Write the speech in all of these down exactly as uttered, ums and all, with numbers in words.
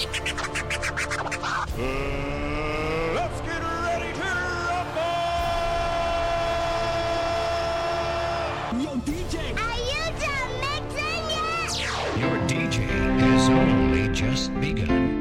Let's get ready to rumble! Yo, D J! Are you done mixing yet? Your D J has only just begun.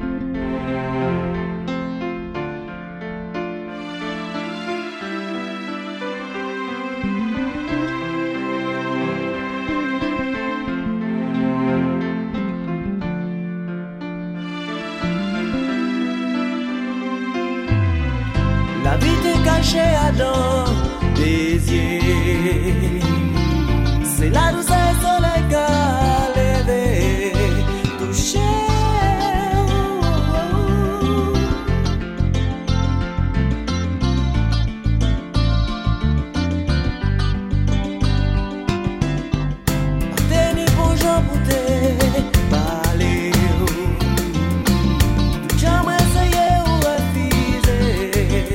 La vie t'est cachée à dans des yeux. C'est la douceur soleil qu'a levé, touché. T'es ni bonjour pour te parler. Jamais essayer ou refuser.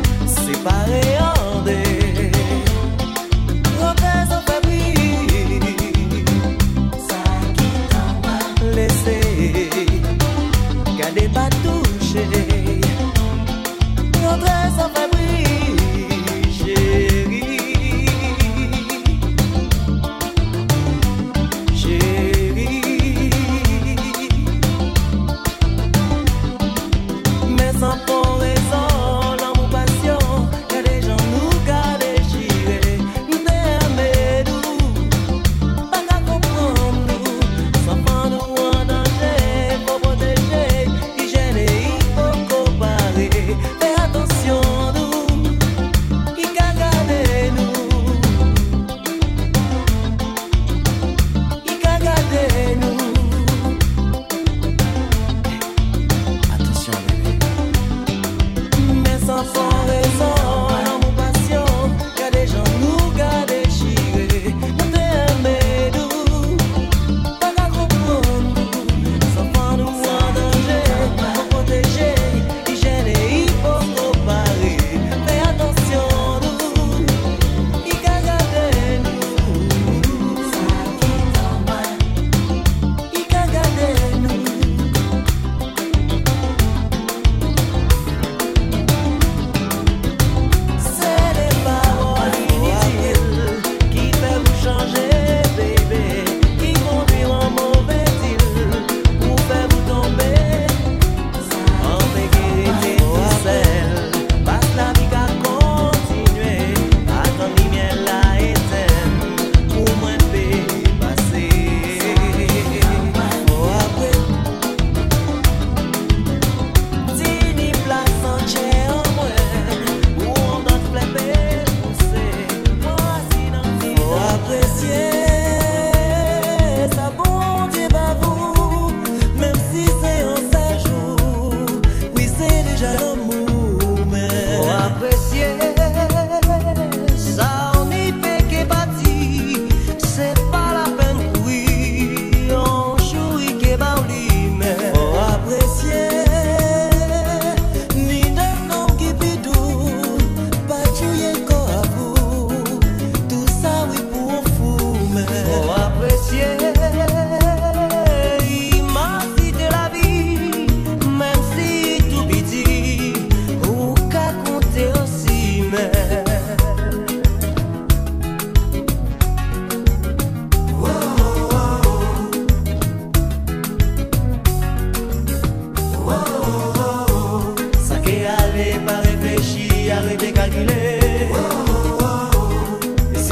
Séparés en des, rentrer sans fabrique.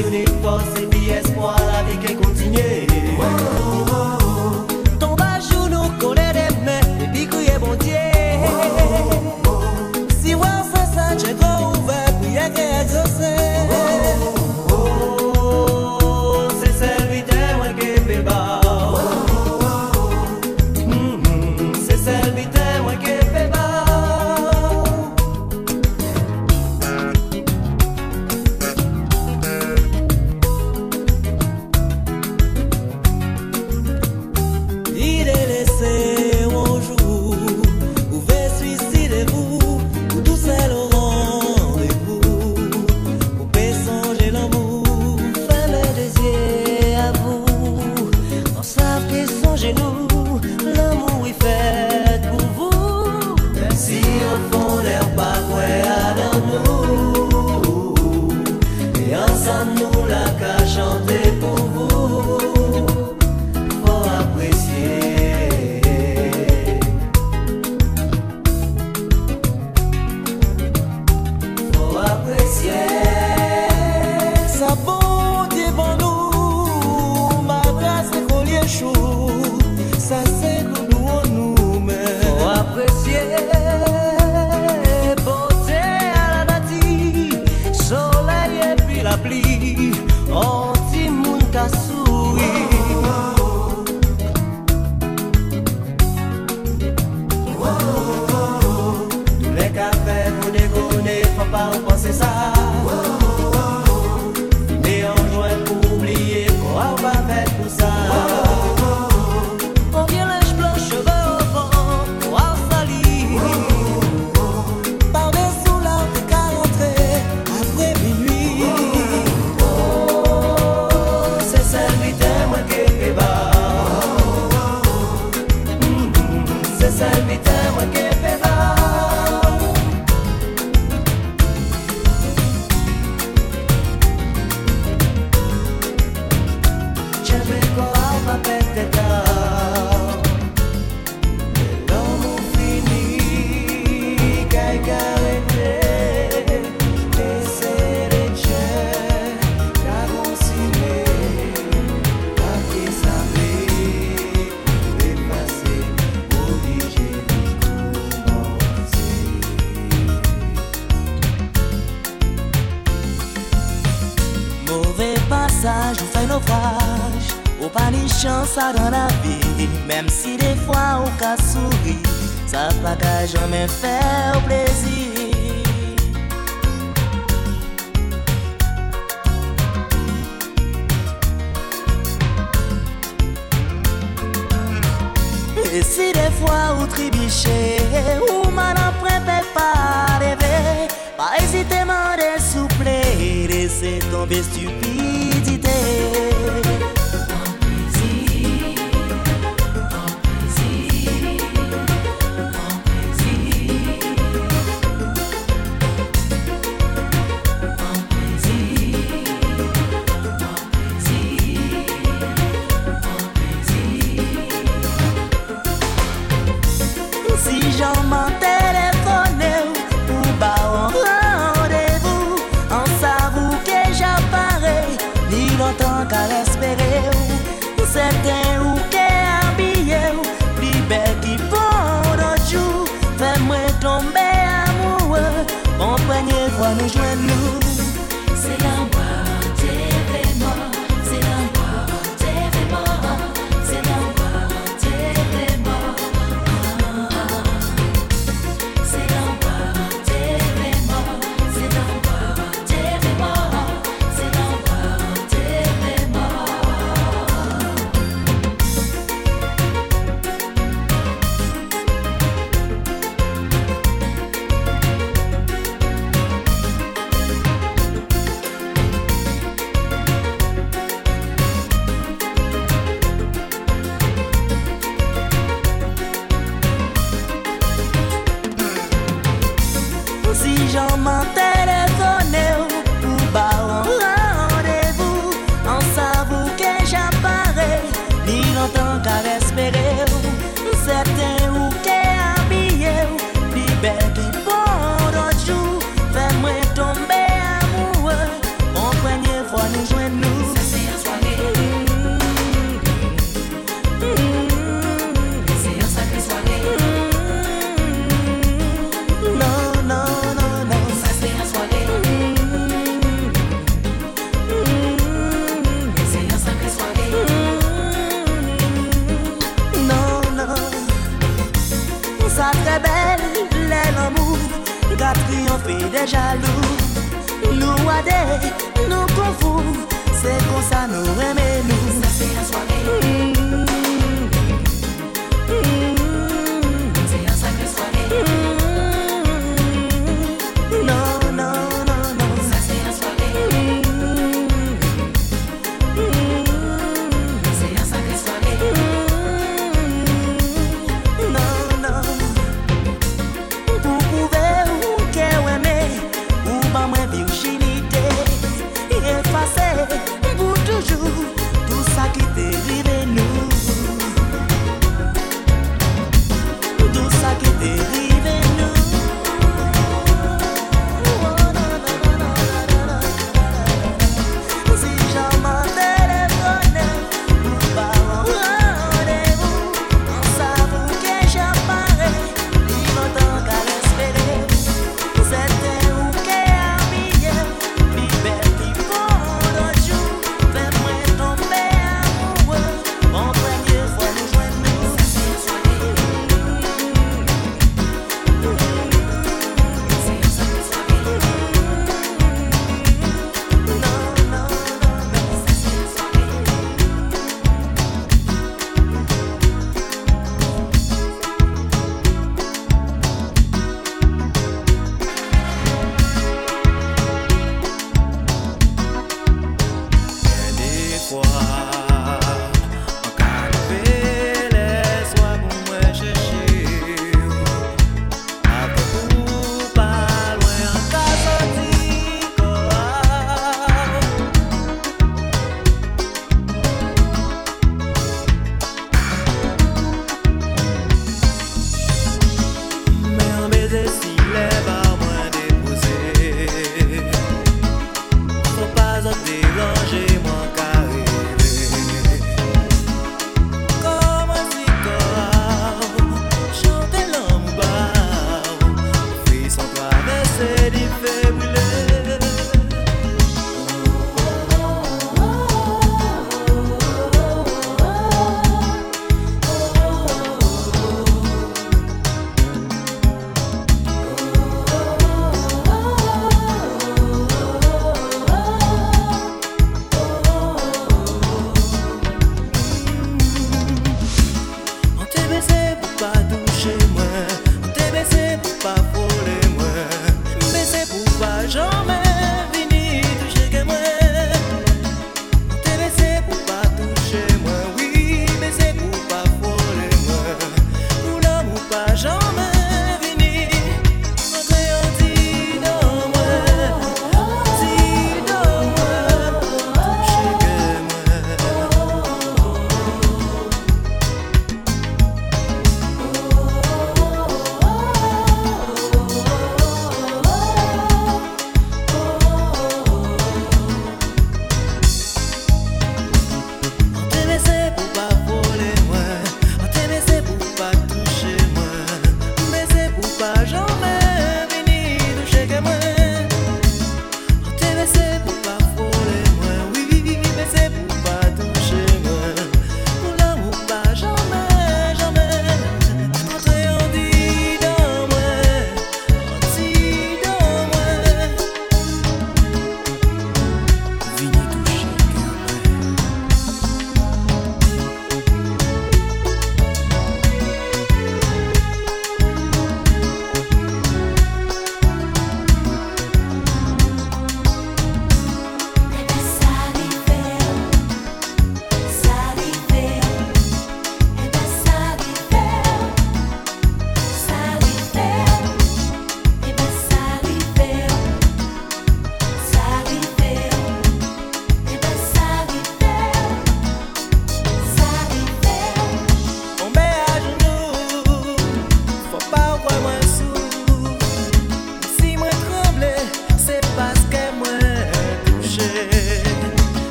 unique force et puis espoir, la vie qui continue. Oh, oh, oh. Ton bas nous connaît des mains, et puis crier bon Dieu. Oh, oh, oh. Si ouais, c'est ça, j'ai gros ouvert, puis y'a qu'à exaucer. Oh, oh, oh. C'est celle qui t'aime, moi qui fait bas. Oh, oh, oh. Mm-hmm. C'est celle qui t'aime, moi qui fait bas. Il est laissé un jour, pouvez suicidez-vous, ou tout seul au rendez-vous, pouvez songer l'amour, fermez les yeux à vous, on savent qu'ils songez nous, l'amour est fait pour vous, même si au fond l'air pas quoi dans nous, et ensemble nous la qu'à chanter pour vous. Faut apprécier, faut apprécier. Ça bon Dieu pour nous, ma grâce et collier chaud, ça c'est nous nous nous-mêmes. Faut apprécier, beauté à la nature, soleil et puis la pluie, anti moun ka souri. Tous les cafés pour déconner, faut pas penser ça. Mais en joint pour oublier, faut pas faire tout ça. On vient lèche blanc, cheveux au vent, pour en salir. Par-dessous l'arbre qu'à rentrer, après minuit. C'est celle qui t'aime, moi qui fait bas. C'est celle qui t'aime, moi qui fait bas. J'aimerais qu'on va perdre tard. L'amour fini, qu'à arrêter. Laissez les chers, qu'à continuer. Qu'à qui s'appeler, dépasser, obligé de commencer. Mauvais passage, ou fait naufrage, ou pas ni chance à dans la vie. Même si des fois on cas sourire, ça pas qu'à jamais faire plaisir. Et si des fois ou tribicher, ou mal emprunt pas rêver, pas hésiter à dessouffler, laisser tomber stupidité. Si j'en m'en téléphone ou bas en rendez-vous, en s'avoue que j'apparais. nous. Ça c'est un soirée. C'est un sacré soirée. Non, non, non, non. Ça c'est un soirée. C'est un sacré soirée. Non, non. Ça très belle, l'amour, qu'a triomphé des jaloux. Nous adé, nous confond, c'est comme ça nous aimons nous. Ça c'est un soirée. C'est un sacré soirée. Non, non, non, non. Ça c'est un soirée. C'est un sacré soirée. Non, non. Vous pouvez ou qu'aimer ou pas moins virginité. Et face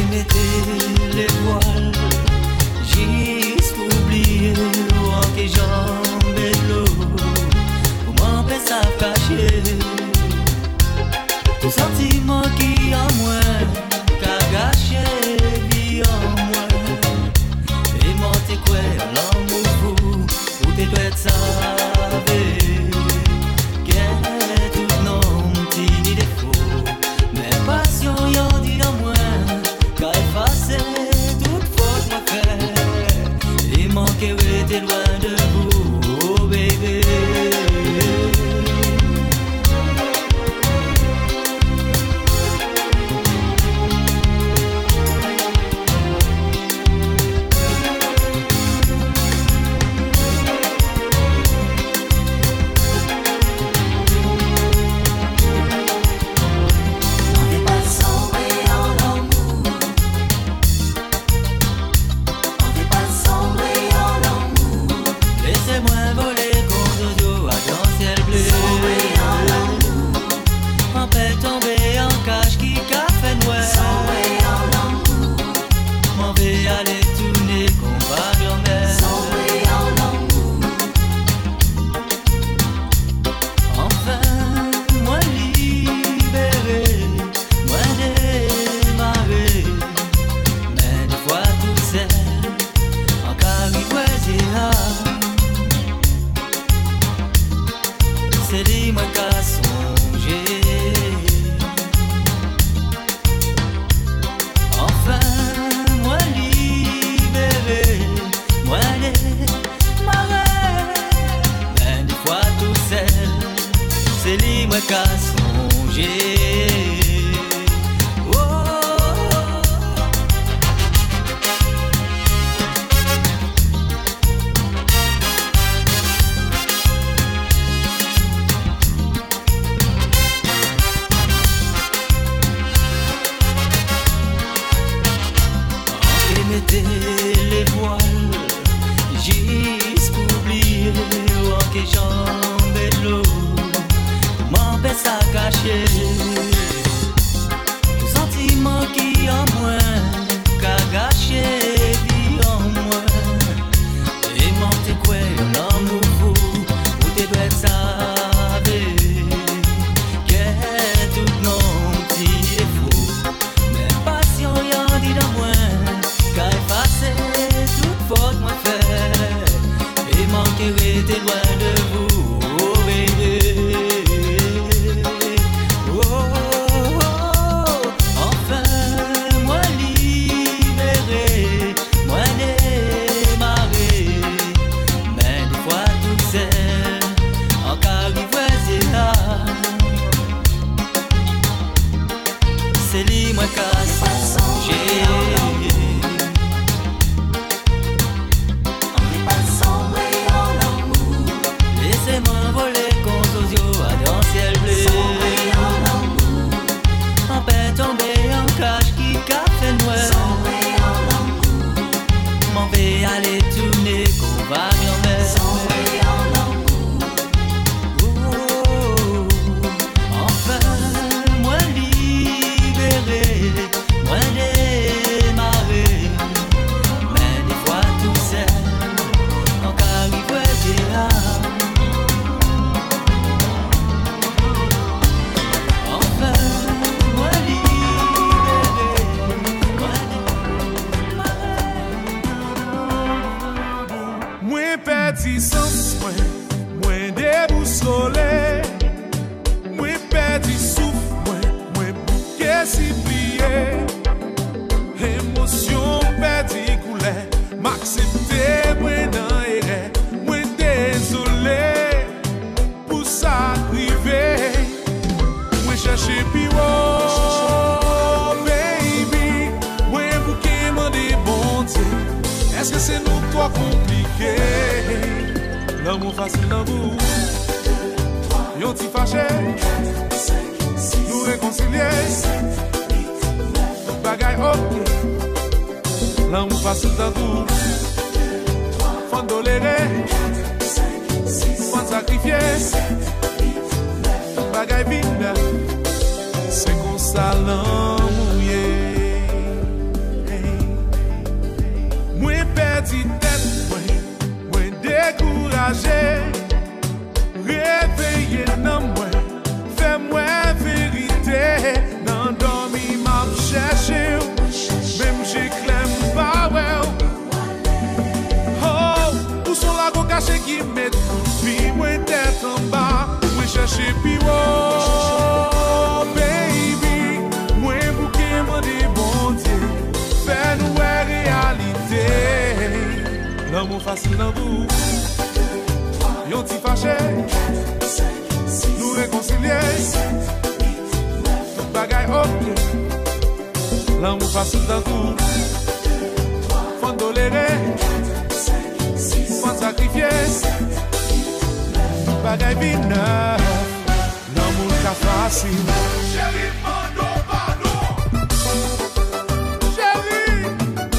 mettez les voiles, juste pour oublier que jambes et de l'eau, pour m'empêcher à cacher tout sentiment qui en moi, qu'a gâché vie en moi, et monter quoi l'amour fou, où t'es doit savoir, qu'est tout non petit défaut, mais passion y'en dit dans moi, qu'a effacé toute faute moi fait, et manquer t'es loin de vous, oh bébé. C'est qu'on s'allant mouillé. découragé, réveillé dans moi, fais-moi vérité, dans dormi m'a cherché, même j'éclame pas ouais. Oh, où sont la go caché qui met puis moi tête en bas, moi chercher puis oh baby, moi bouquet moi des bon Dieu, fais-nous réalité. L'amour facile dans vous, yon ti fâché, nous réconcilier, tout bagaille ok. L'amour facile dans vous, faut tolérer, faut sacrifier, tout bagaille binaire, l'amour ka facile. Chérie, pardon, pardon. Chérie.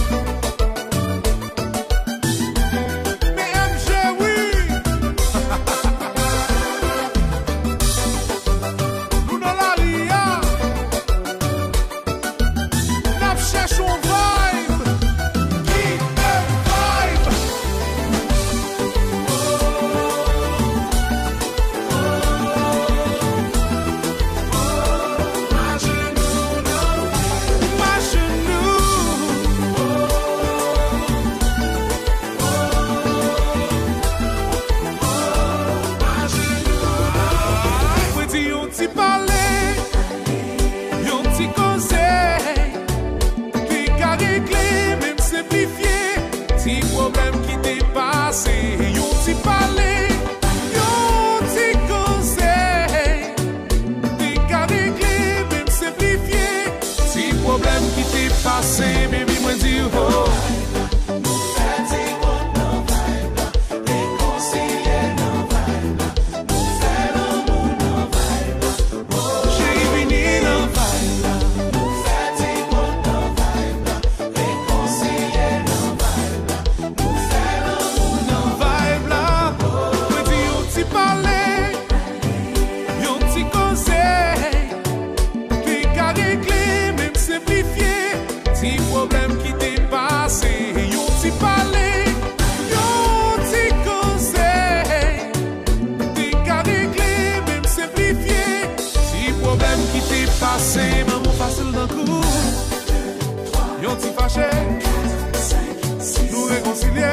Nous réconcilier,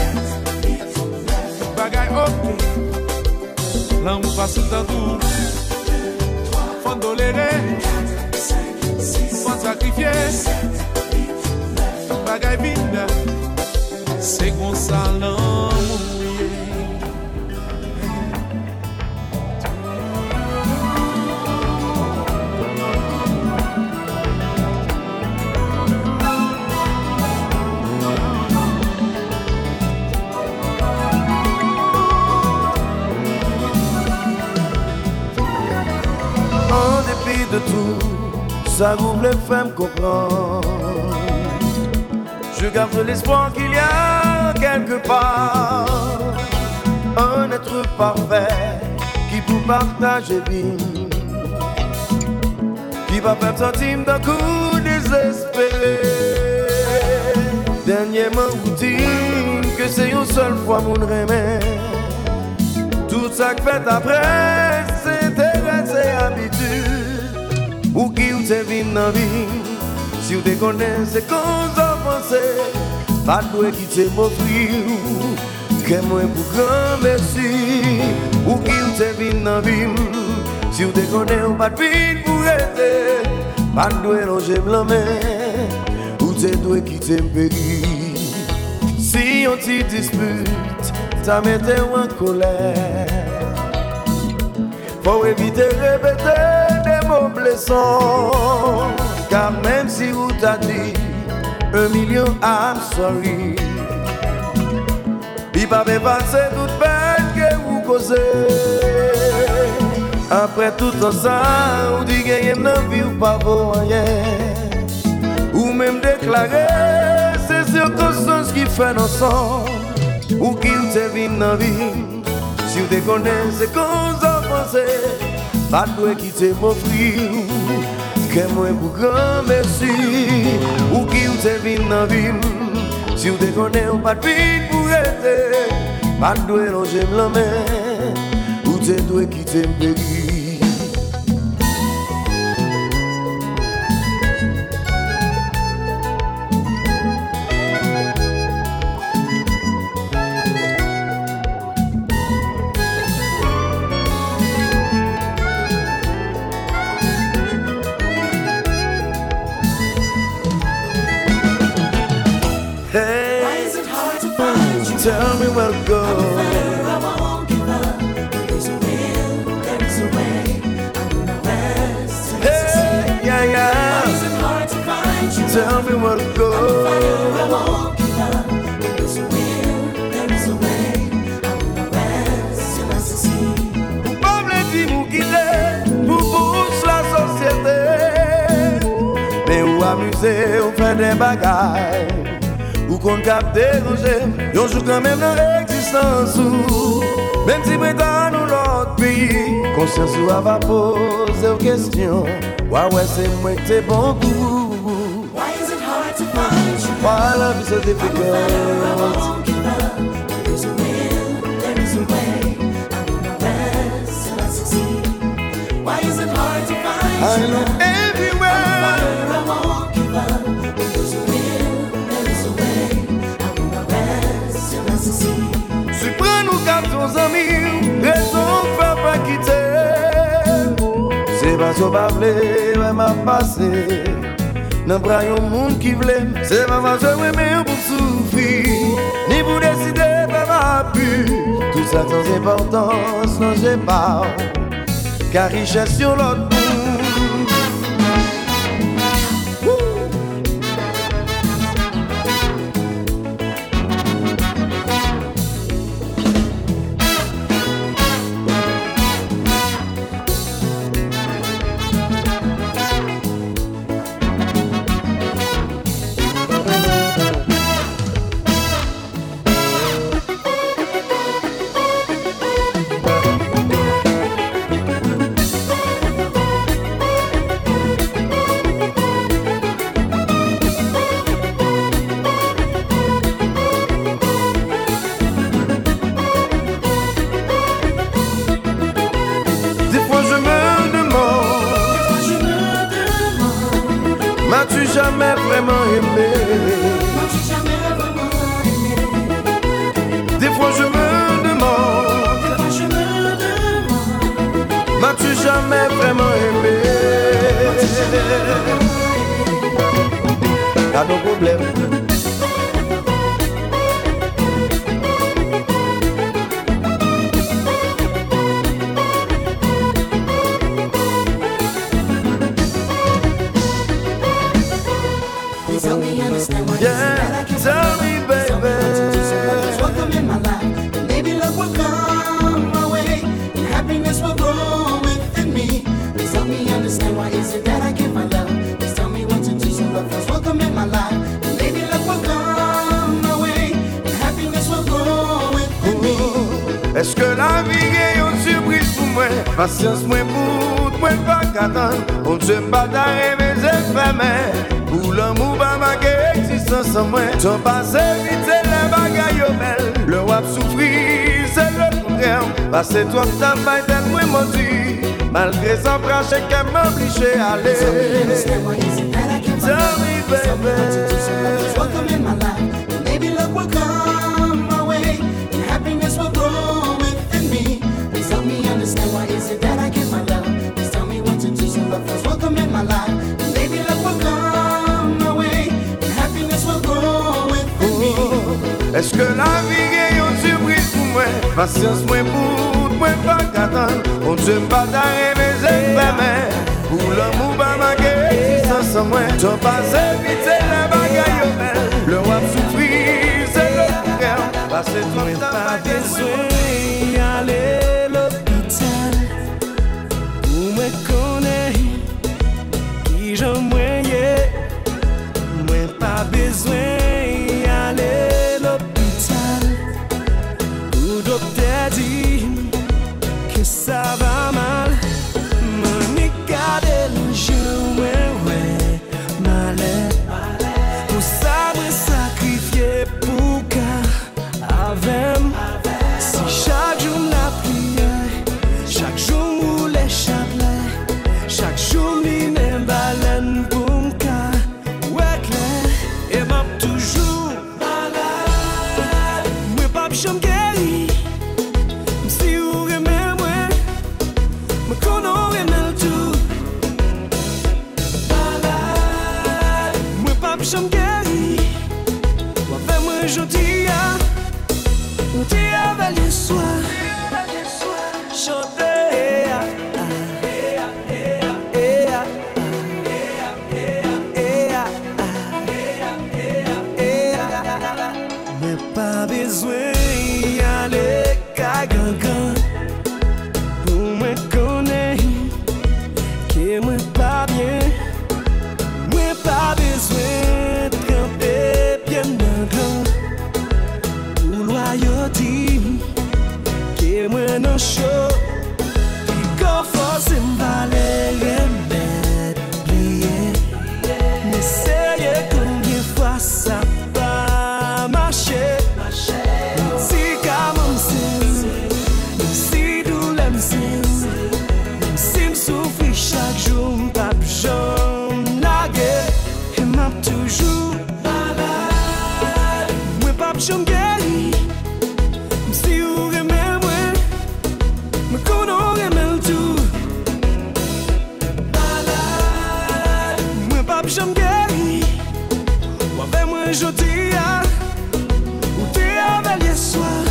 bagaille ok. L'amour facile dans tout, faut tolérer, faut sacrifier, bagaille vide, c'est comme ça l'amour. De tout, ça ouvre les femmes comprendre. Je garde l'espoir qu'il y a quelque part un être parfait qui pour partager vie, qui va faire centime d'un coup désespéré. Dernièrement vous dit que c'est une seule fois mon remède. Tout ça que fait après, c'est intérêt, c'est habitude. Ou qui ou te vin dans vie, si ou te connais c'est qu'on s'en pensait, pas de qui te m'offrir, que moi pour grand merci. Ou qui ou te vin dans vie, si ou te connais ou pas de vie pour rester, pas de loger la main, ou te dois qui te périr. Si on t'y dispute, ça mettait en colère. Faut éviter de répéter des mots blessants, car même si vous t'a dit un million I'm sorry, il va passer toute peine que vous causez. Après tout ça, vous dites qu'il y a une vie ou pas pour rien, ou même déclarer ces circonstances qui font ensemble, ou qui te viennent dans la vie. Si vous te connaissez qu'on s'en pensait, pas de quitter mon frère, que moi pour grand merci. Ou qui vous te vient dans la vie, si vous te connaissez pas de vie pour rester, pas doué longer la main, ou t'es doué quitter me périr. Hey, Why is it hard to find you? tell me where to I'm a go. fighter, I won't give up. There's a will, there is a way. I will not rest till I succeed. Hey, yeah, Why is yeah. it hard to find you? Tell me where to I'm a go. fighter, I won't give up. There's a will, there is a way. I will not rest till I succeed. Ou pas me dire ou quitter, pour pousse la société. Mais ou amuser, ou faire des bagailles. Ou qu'on cap déranger, yon joue quand même dans l'existence ou même si prétend nous l'autre pays. Conscience ou va poser aux questions. Ouais, ouais, c'est moi que t'es bon goût. Why is it hard to find you? Why love is so I'm a fighter, I difficult? won't give up. There's a will, there is a way. I will not rest till I succeed. Why is it hard to find I you? look everywhere. I won't give up. There's a will, there is a way. I will not rest till I succeed. Si prends nous quatre amis, raison fait pas quitter. C'est pas so pas vle, ouais m'a passé. Nan bras yon monde qui vle, c'est pas parce que ouais mais pour souffrir. Ni pour décider pas ma pu. Tout ça sans importance, non j'ai pas. Car richesse sur l'autre bout. Des fois je me demande, Je me demande, m'as-tu jamais vraiment aimé? m'as-tu jamais vraiment aimé? Des fois je me demande, Des fois je me demande, m'as-tu jamais vraiment aimé? Y'a nos problèmes. please help me understand why Yeah, is it that I can't tell me, Tell me what to do so baby. others welcome in my life. And maybe love will come my way, and happiness will grow within me. Please help me understand why is it that I can't find love. Please tell me what to do so love feels welcome in my life. And maybe love will come my way, and happiness will grow within me. Est-ce que la vie est une surprise pour moi? Patience moi pour moi pas qu'attendre. On ne se bat d'arrêter mes effets. Pour l'amour pas ma existence en moi. Ton passé vite c'est les bagailles au belles. Le wap souffrir c'est le contraire. Parce que toi t'as pas été moi maudit. Malgré ça prache qu'elle m'oblige à aller. Tell me understand why is it that I can't find Tell love. me, Please tell me what to do so love baby. feels welcome in my life. And maybe love will come my way, and happiness will grow within me. Please help me understand why is it that I can't find love. Please tell me what to do so love feels welcome in my life. And maybe love will come my way, and happiness will grow within me. Est-ce que la vie est une surprise pour moi? Patience moi pour moi pas qu'attendre. On ne se bat d'arrêter mes effets. Pour l'amour pas ma existence en moi. Ton passé vite c'est les bagailles au belles. Le wap souffrir c'est le contraire. Parce que toi t'as pas besoin aller l'hôpital pour me connaître qui j'en moyen. Moi pas besoin aller l'hôpital où docteur dit que ça va mal. Monica de l'jour ouais ouais malade pour ça me sacrifier pour qu'à avec pas jamais guéri. Avec moi aujourd'hui, on t'y avait le soir. Chanter. Pas besoin d'y aller qu'à gangan pour me connaître que moi pas bien. Moi pas besoin de camper bien dedans pour loyauté que moi non chaud. Puis qu'on force m'valer remettre plier. Mais sérieux combien fois ça pas marcher. Chaque jour, m'pas j'en naguer et m'a toujours malade. Moi pas j'en guéri. Si vous aimez moi, me connais même tout. Malade. Moi pas j'en guéri. Ou avec moi aujourd'hui, ou t'es avec les soirs.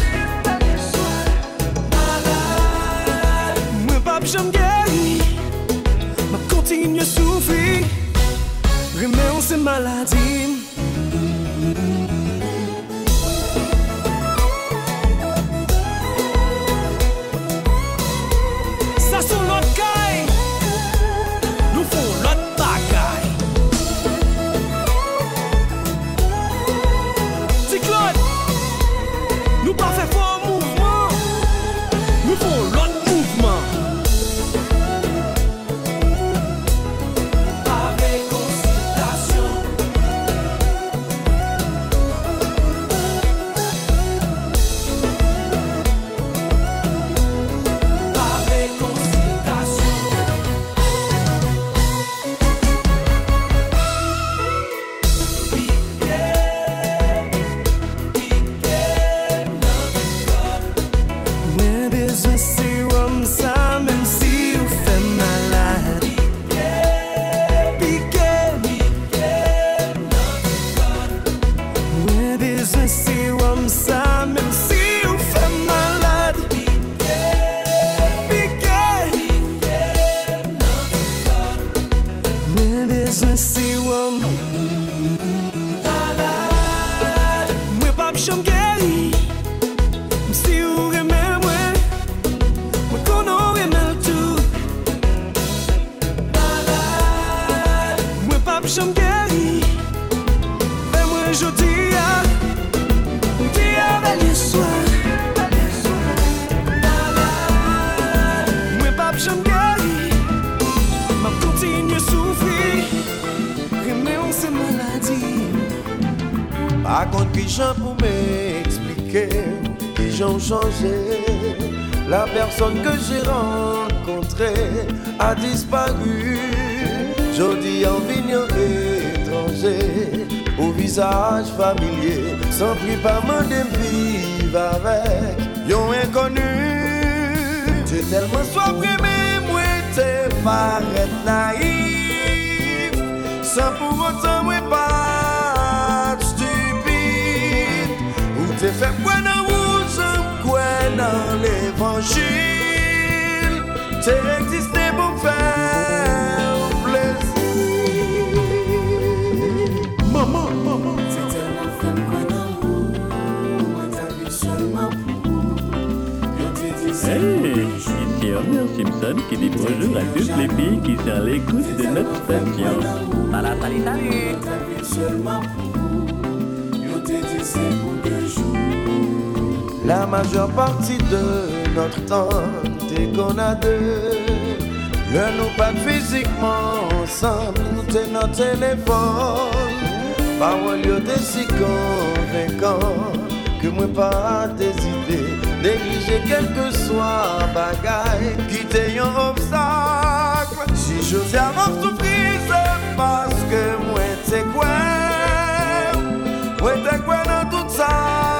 Malade. Moi pas j'en guéri. Continue à souffrir, remets on ces maladies. Ça sont l'autre caille, nous font l'autre bagaille. C'est Claude, nous pas fait fort mouvement, nous font l'autre mouvement. Par contre, qui j'en pour m'expliquer, qui j'en changé. La personne que j'ai rencontrée a disparu. Jodi en vignon étranger, au visage familier, sans plus pas m'en vivre avec yon inconnu. T'es tellement soif aimé, moi t'es paraître naïf, sans pour autant moi pas stupide. Ou t'es fait quoi dans rouge, quoi dans l'évangile. T'es existé pour faire plaisir. Maman, maman, c'est tellement femme qu'on a où on t'a vu seulement pour. Hey, ici Homer Simpson qui dit bonjour à toutes les filles qui sont à l'écoute de notre station. Salut, salut, salut. Seulement pour, yo t'es dit c'est pour deux jours. La majeure partie de notre temps, dès qu'on a deux, le nous pas physiquement ensemble, nous t'es notre téléphone. Parole yo t'es si convaincant que moi pas des idées, négliger quel que soit bagaille, quitter un obstacle. Si je suis avant souffrir, c'est parce que moi t'es quoi, moi t'es quoi dans tout ça.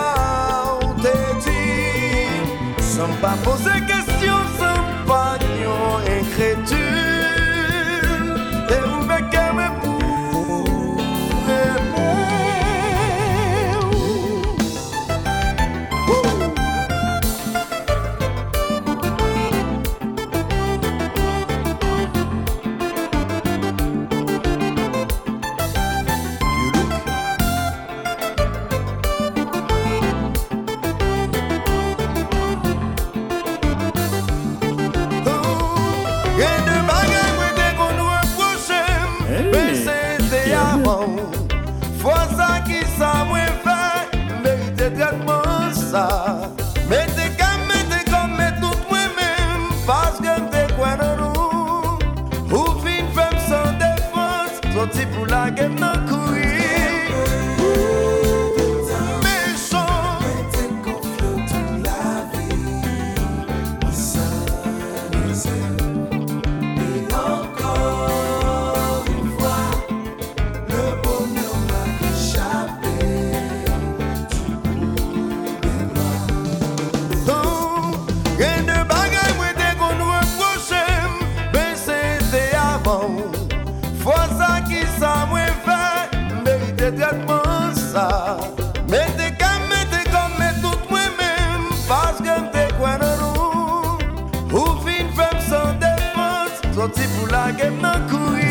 Sans pas poser question, sans pas yon incrédule. Et vous m'avez pour nan courir. Traitement ça, mais t'es comme, mais t'es comme, mais tout moi-même, parce que t'es quoi dans nous, ou fin femme sans défense, sorti pour la guerre dans courir.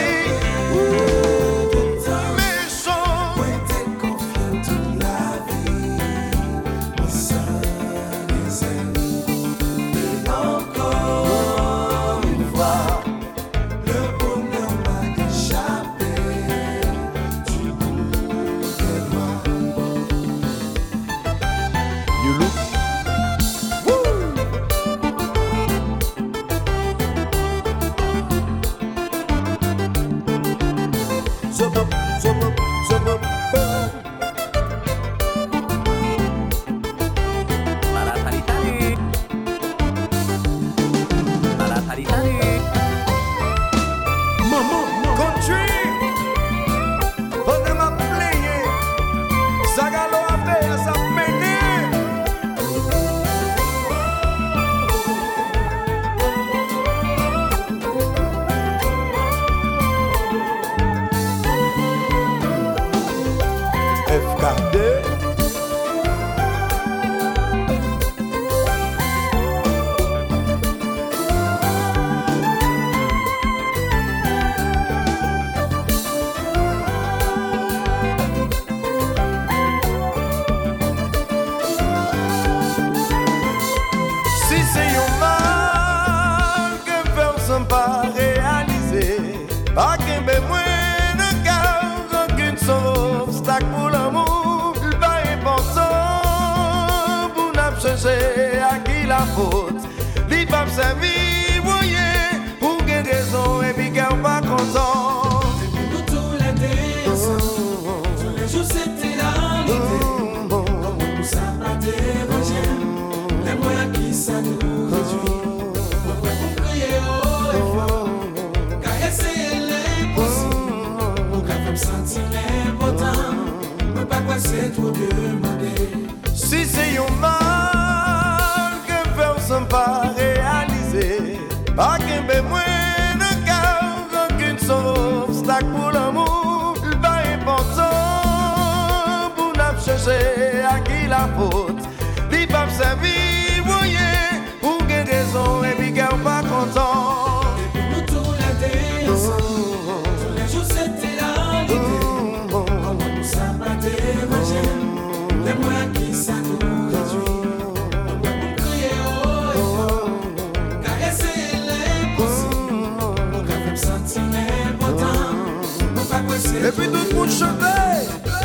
Pas réalisé, pas qu'un bémoin de cause, aucune obstacle pour l'amour, pas important pour nous chercher à qui la faute, les femmes servir, voyez, pour quelle raison et puis qu'elle pas content. Depuis nous tous les dessins, tous les jours c'était la l'idée, comme nous ça pas déranger, les moyens qui ça nous réduit. C'est trop demander. Si c'est un mal que personne pas réalisé, pas qu'un bémoin de cause, aucune obstacle pour l'amour, pas important pour nous chercher à qui la faute, les femmes servir, voyez, pour quelle raison et puis qu'elle pas content. Depuis nous tous les dessins, tous les jours c'était la l'idée, comment nous ça pas déranger, les moyens qui ça nous réduit, on peut nous crier haut et fort, caresser l'impossible, on peut faire sentir l'important, on pas quoi c'est. Et puis tout le monde chantait.